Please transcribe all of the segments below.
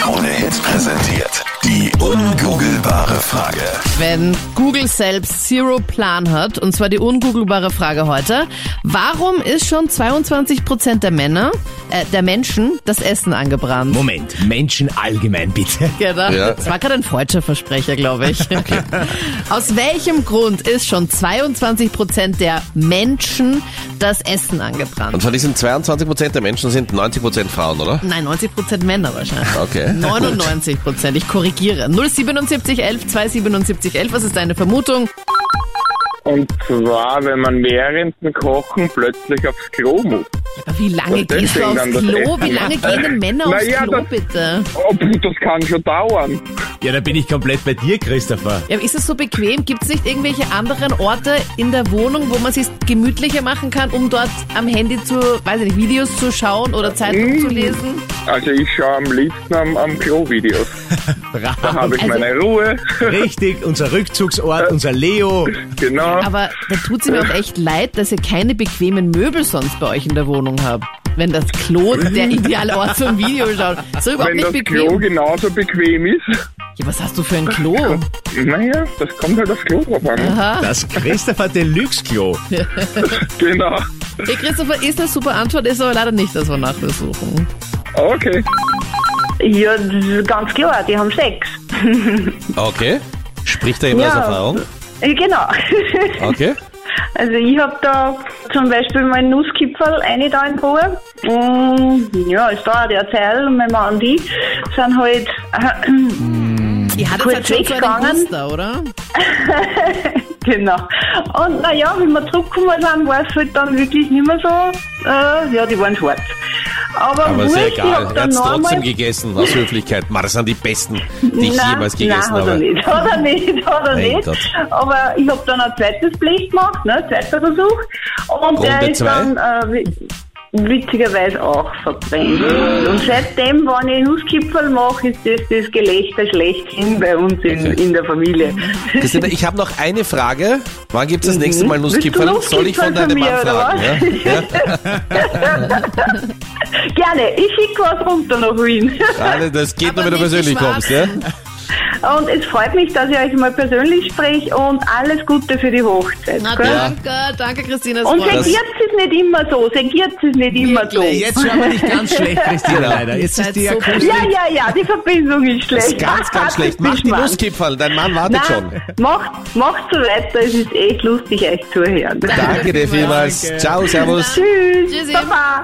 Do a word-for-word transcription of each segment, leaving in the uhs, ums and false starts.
Krone-Hit präsentiert. Die ungoogelbare Frage. Wenn Google selbst Zero Plan hat, und zwar die ungoogelbare Frage heute: Warum ist schon zweiundzwanzig Prozent der Männer, äh, der Menschen das Essen angebrannt? Moment, Menschen allgemein bitte. Genau. Ja. Das war gerade ein falscher Versprecher, glaube ich. Okay. Aus welchem Grund ist schon zweiundzwanzig Prozent der Menschen das Essen angebrannt? Und von diesen zweiundzwanzig Prozent der Menschen sind neunzig Prozent Frauen, oder? Nein, neunzig Prozent Männer wahrscheinlich. Okay. neunundneunzig Prozent, ich korrigiere. null siebenundsiebzig elf zweihundertsiebenundsiebzig elf, was ist deine Vermutung? Und zwar, wenn man während dem Kochen plötzlich aufs Klo muss. Aber wie lange Und gehst du deswegen aufs dann das Klo? Essen. Wie lange gehen denn Männer aufs Naja, Klo, das- bitte? Oh, das kann schon dauern. Ja, da bin ich komplett bei dir, Christopher. Ja, aber ist es so bequem? Gibt es nicht irgendwelche anderen Orte in der Wohnung, wo man es sich gemütlicher machen kann, um dort am Handy zu, weiß ich nicht, Videos zu schauen oder Zeitung Mm. zu lesen? Also ich schaue am liebsten am, am Klo-Videos. Da Bravo. habe ich Also- meine Ruhe. Richtig, unser Rückzugsort, unser Leo. Genau. Aber da tut es mir auch echt leid, dass ihr keine bequemen Möbel sonst bei euch in der Wohnung habt. Wenn das Klo der ideale Ort zum Video schaut. So überhaupt Wenn nicht das bequem. Klo genauso bequem ist, Ja, was hast du für ein Klo? naja, das kommt halt aufs Klo drauf an. Aha. Das Christopher Deluxe-Klo. Genau. Hey Christopher, ist eine super Antwort, ist aber leider nicht das, wonach wir suchen. Okay. Ja, das ist ganz klar, die haben Sex. Okay. Spricht da jemand Ja. aus Erfahrung? Ja, genau. Okay. Also ich habe da zum Beispiel meinen Nusskipferl eine da in die Ruhe. Und ja, es dauert ja Zeit und mein Mann und ich sind halt Ihr hattet Kurz halt schon so einen weggegangen. Guster, oder? genau. Und naja, wenn wir zurückgekommen sind, war es halt dann wirklich nicht mehr so, äh, ja, die waren schwarz. Aber, Aber ist wurscht, ja ich egal. hab Er dann hat es noch trotzdem einmal... gegessen, aus Höflichkeit. Mann, das sind die besten, die ich Nein, jemals gegessen nein, hat er habe. nicht, hat er nicht, hat er Mein nicht. Gott. Aber ich habe dann ein zweites Blech gemacht, ne, zweiter Versuch. Und der Runde ist zwei? dann äh, wi- witzigerweise auch verbrennt. Und seitdem, wenn ich Nusskipferl mache, ist das das Gelächter schlechthin bei uns in, Okay. in der Familie. Christina, ich habe noch eine Frage. Wann gibt es das nächste Mal Willst du Nusskipferl? Soll ich von Nusskipferl deinem von Mann mir, fragen? oder Ja? Gerne, ich schicke was runter nach Wien. Ja, das geht Aber nur, wenn du nicht persönlich Geschmack. kommst. Ja? Und es freut mich, dass ich euch mal persönlich spreche und alles Gute für die Hochzeit. Na gell? danke, danke Christina. das Und freut mich. segiert es nicht immer so, segiert es nicht immer so. Wirklich? Jetzt schauen wir dich ganz schlecht, Christina, leider. Jetzt seid ist die so Akustik... Ja, ja, ja, die Verbindung ist Das schlecht. ist ganz, ganz Das schlecht. ist Mach die Geschmack. Nusskipferl, dein Mann wartet schon. Nein, macht, macht so weiter, es ist echt lustig, euch zuhören. Danke dir vielmals. Danke. Ciao, servus. Tschüss, Tschüssi. Baba.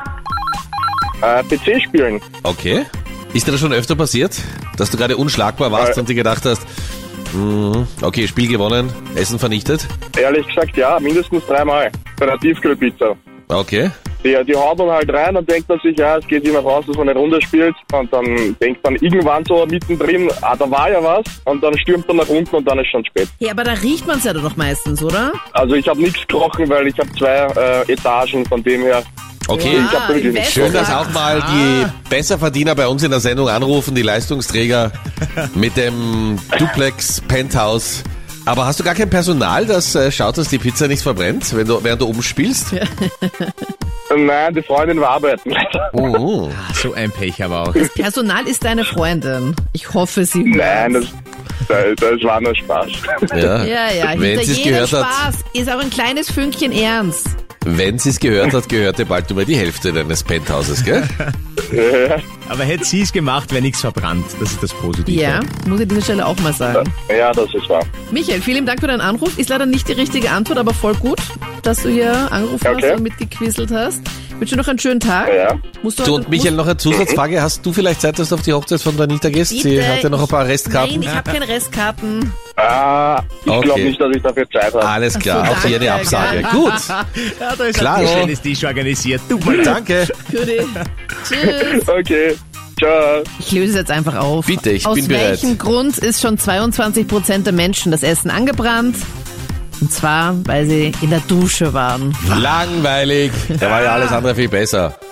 Äh, P C spielen. Okay. Ist dir das schon öfter passiert, dass du gerade unschlagbar warst Äh. und dir gedacht hast, mhm, okay, Spiel gewonnen, Essen vernichtet? Ehrlich gesagt, ja, mindestens dreimal. Bei der Tiefkühlpizza. Okay. Die, die haut man halt rein und denkt man sich, ja, es geht immer raus, dass man eine Runde spielt. Und dann denkt man irgendwann so mittendrin, ah, da war ja was. Und dann stürmt man nach unten und dann ist schon spät. Ja, aber da riecht man es ja doch meistens, oder? Also ich habe nichts gerochen, weil ich habe zwei äh, Etagen, von dem her. Okay. Ich hab wirklich nichts Schön, dass gerochen. auch mal die Besserverdiener bei uns in der Sendung anrufen, die Leistungsträger mit dem Duplex-Penthouse. Aber hast du gar kein Personal, das äh, schaut, dass die Pizza nicht verbrennt, wenn du, während du umspielst? Nein, die Freundin war arbeiten. Oh. Ah, so ein Pech aber auch. Das Personal ist deine Freundin. Ich hoffe, sie Nein, hört's. das, das, das war nur Spaß. Ja. Ja, ja, Wenn hinter sie es jedem gehört hat, Spaß ist auch ein kleines Fünkchen Ernst. wenn sie es gehört hat, gehörte bald über die Hälfte deines Penthauses, gell? Ja, Aber hätte sie es gemacht, wäre nichts verbrannt. Das ist das Positive. Ja, muss ich an dieser Stelle auch mal sagen. ja, das ist wahr. Michael, vielen Dank für deinen Anruf. Ist leider nicht die richtige Antwort, aber voll gut, dass du hier angerufen Okay. hast und mitgequisselt hast. Ich wünsche dir noch einen schönen Tag. Ja. Musst Du heute- und Michael, noch eine Zusatzfrage. Hast du vielleicht Zeit, dass du auf die Hochzeit von der Anita gehst? Bitte, Sie hat ja noch ein paar ich- Restkarten. Nein, ich habe keine Restkarten. Ah, ich Okay. glaube nicht, dass ich dafür Zeit habe. Alles klar, Ach so, auch hier eine danke, Absage. danke. Gut, Ja, da ist Klar, ein ja. schönes Tisch organisiert. Tut mir leid. danke. Guti. Tschüss. Okay, ciao. Ich löse es jetzt einfach auf. Bitte, ich Aus bin bereit. welchem Grund ist schon zweiundzwanzig Prozent der Menschen das Essen angebrannt? Und zwar, weil sie in der Dusche waren. Langweilig. Da war ja alles andere viel besser.